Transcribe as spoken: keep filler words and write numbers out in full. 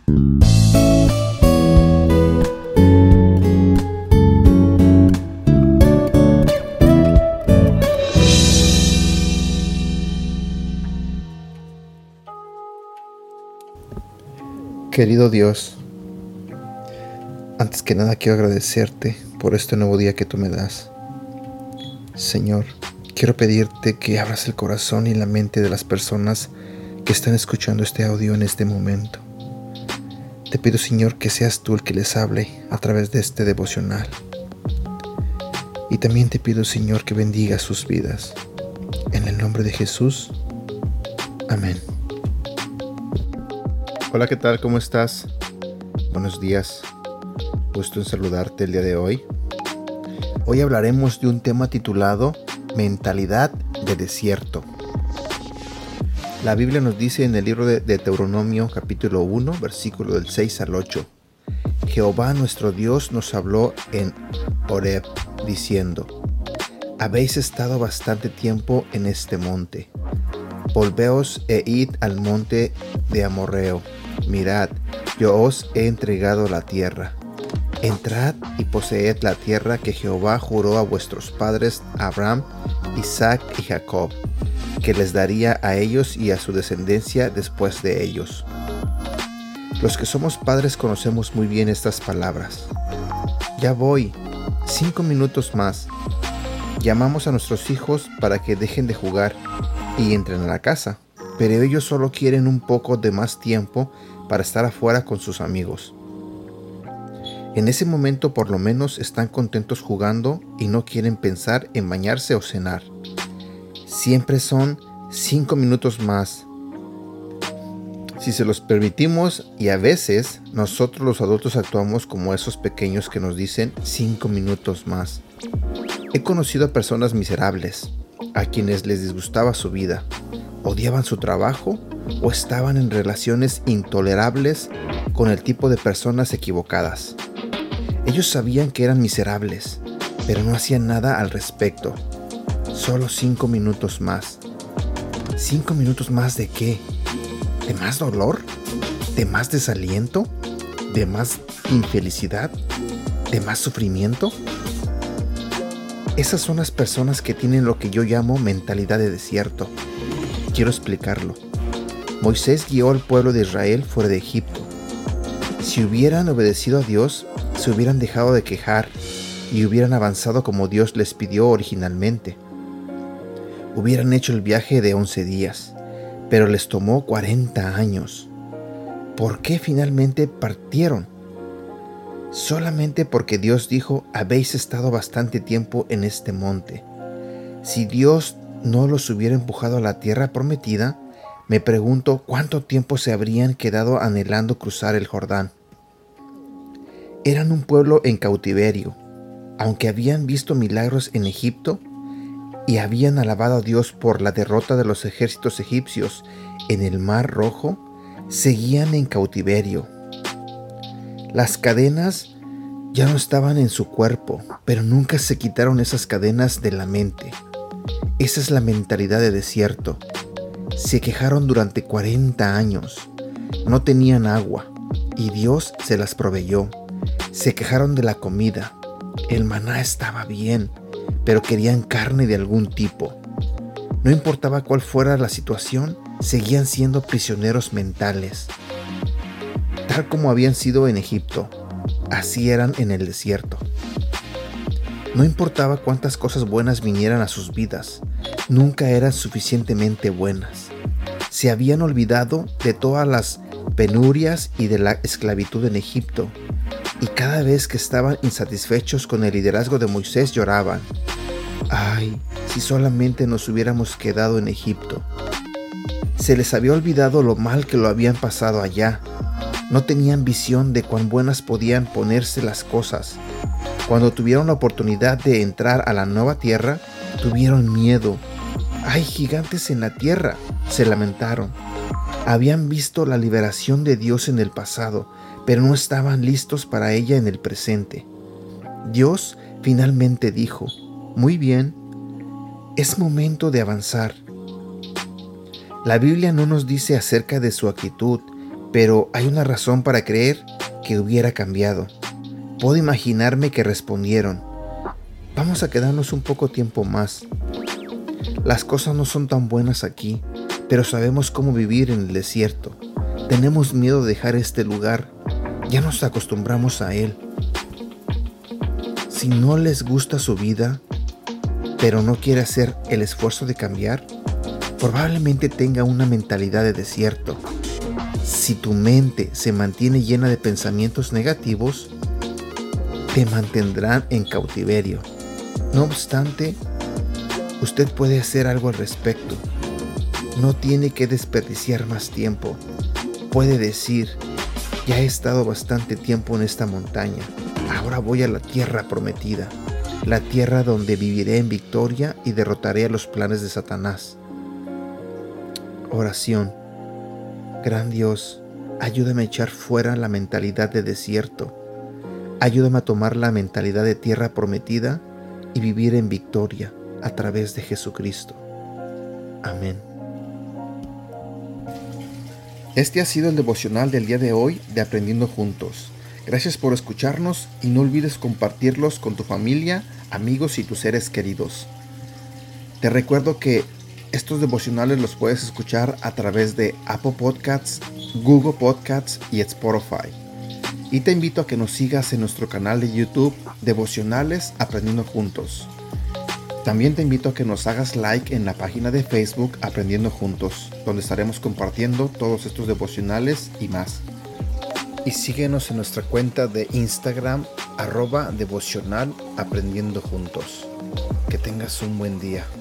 Querido Dios, antes que nada quiero agradecerte por este nuevo día que tú me das. Señor, quiero pedirte que abras el corazón y la mente de las personas que están escuchando este audio en este momento. Te pido, Señor, que seas tú el que les hable a través de este devocional. Y también te pido, Señor, que bendiga sus vidas. En el nombre de Jesús. Amén. Hola, ¿qué tal? ¿Cómo estás? Buenos días. Gusto en saludarte el día de hoy. Hoy hablaremos de un tema titulado Mentalidad de desierto. La Biblia nos dice en el libro de Deuteronomio capítulo uno, versículo del seis al ocho. Jehová nuestro Dios nos habló en Horeb, diciendo: Habéis estado bastante tiempo en este monte. Volveos e id al monte de Amorreo. Mirad, yo os he entregado la tierra. Entrad y poseed la tierra que Jehová juró a vuestros padres Abraham, Isaac y Jacob, que les daría a ellos y a su descendencia después de ellos. Los que somos padres conocemos muy bien estas palabras. Ya voy, cinco minutos más. Llamamos a nuestros hijos para que dejen de jugar y entren a la casa, pero ellos solo quieren un poco de más tiempo para estar afuera con sus amigos. En ese momento por lo menos están contentos jugando y no quieren pensar en bañarse o cenar. Siempre son cinco minutos más. Si se los permitimos, y a veces nosotros los adultos actuamos como esos pequeños que nos dicen cinco minutos más. He conocido a personas miserables, a quienes les disgustaba su vida, odiaban su trabajo o estaban en relaciones intolerables con el tipo de personas equivocadas. Ellos sabían que eran miserables, pero no hacían nada al respecto. Solo cinco minutos más. ¿Cinco minutos más de qué? ¿De más dolor? ¿De más desaliento? ¿De más infelicidad? ¿De más sufrimiento? Esas son las personas que tienen lo que yo llamo mentalidad de desierto. Quiero explicarlo. Moisés guió al pueblo de Israel fuera de Egipto. Si hubieran obedecido a Dios, se hubieran dejado de quejar y hubieran avanzado como Dios les pidió originalmente. Hubieran hecho el viaje de once días, pero les tomó cuarenta años. ¿Por qué finalmente partieron? Solamente porque Dios dijo: habéis estado bastante tiempo en este monte. Si Dios no los hubiera empujado a la tierra prometida, me pregunto cuánto tiempo se habrían quedado anhelando cruzar el Jordán. Eran un pueblo en cautiverio. Aunque habían visto milagros en Egipto y habían alabado a Dios por la derrota de los ejércitos egipcios en el Mar Rojo, seguían en cautiverio. Las cadenas ya no estaban en su cuerpo, pero nunca se quitaron esas cadenas de la mente. Esa es la mentalidad de desierto. Se quejaron durante cuarenta años. No tenían agua y Dios se las proveyó. Se quejaron de la comida. El maná estaba bien, pero querían carne de algún tipo. No importaba cuál fuera la situación, seguían siendo prisioneros mentales. Tal como habían sido en Egipto, así eran en el desierto. No importaba cuántas cosas buenas vinieran a sus vidas, nunca eran suficientemente buenas. Se habían olvidado de todas las penurias y de la esclavitud en Egipto, y cada vez que estaban insatisfechos con el liderazgo de Moisés lloraban: ¡ay, si solamente nos hubiéramos quedado en Egipto! Se les había olvidado lo mal que lo habían pasado allá. No tenían visión de cuán buenas podían ponerse las cosas. Cuando tuvieron la oportunidad de entrar a la nueva tierra, tuvieron miedo. ¡Hay gigantes en la tierra!, se lamentaron. Habían visto la liberación de Dios en el pasado, pero no estaban listos para ella en el presente. Dios finalmente dijo: muy bien, es momento de avanzar. La Biblia no nos dice acerca de su actitud, pero hay una razón para creer que hubiera cambiado. Puedo imaginarme que respondieron: vamos a quedarnos un poco tiempo más. Las cosas no son tan buenas aquí, pero sabemos cómo vivir en el desierto. Tenemos miedo de dejar este lugar. Ya nos acostumbramos a él. Si no les gusta su vida, pero no quiere hacer el esfuerzo de cambiar, probablemente tenga una mentalidad de desierto. Si tu mente se mantiene llena de pensamientos negativos, te mantendrán en cautiverio. No obstante, usted puede hacer algo al respecto. No tiene que desperdiciar más tiempo. Puede decir: ya he estado bastante tiempo en esta montaña. Ahora voy a la tierra prometida, la tierra donde viviré en victoria y derrotaré a los planes de Satanás. Oración. Gran Dios, ayúdame a echar fuera la mentalidad de desierto. Ayúdame a tomar la mentalidad de tierra prometida y vivir en victoria a través de Jesucristo. Amén. Este ha sido el devocional del día de hoy de Aprendiendo Juntos. Gracias por escucharnos y no olvides compartirlos con tu familia, amigos y tus seres queridos. Te recuerdo que estos devocionales los puedes escuchar a través de Apple Podcasts, Google Podcasts y Spotify. Y te invito a que nos sigas en nuestro canal de YouTube Devocionales Aprendiendo Juntos. También te invito a que nos hagas like en la página de Facebook Aprendiendo Juntos, donde estaremos compartiendo todos estos devocionales y más. Y síguenos en nuestra cuenta de Instagram, arroba devocional aprendiendo juntos. Que tengas un buen día.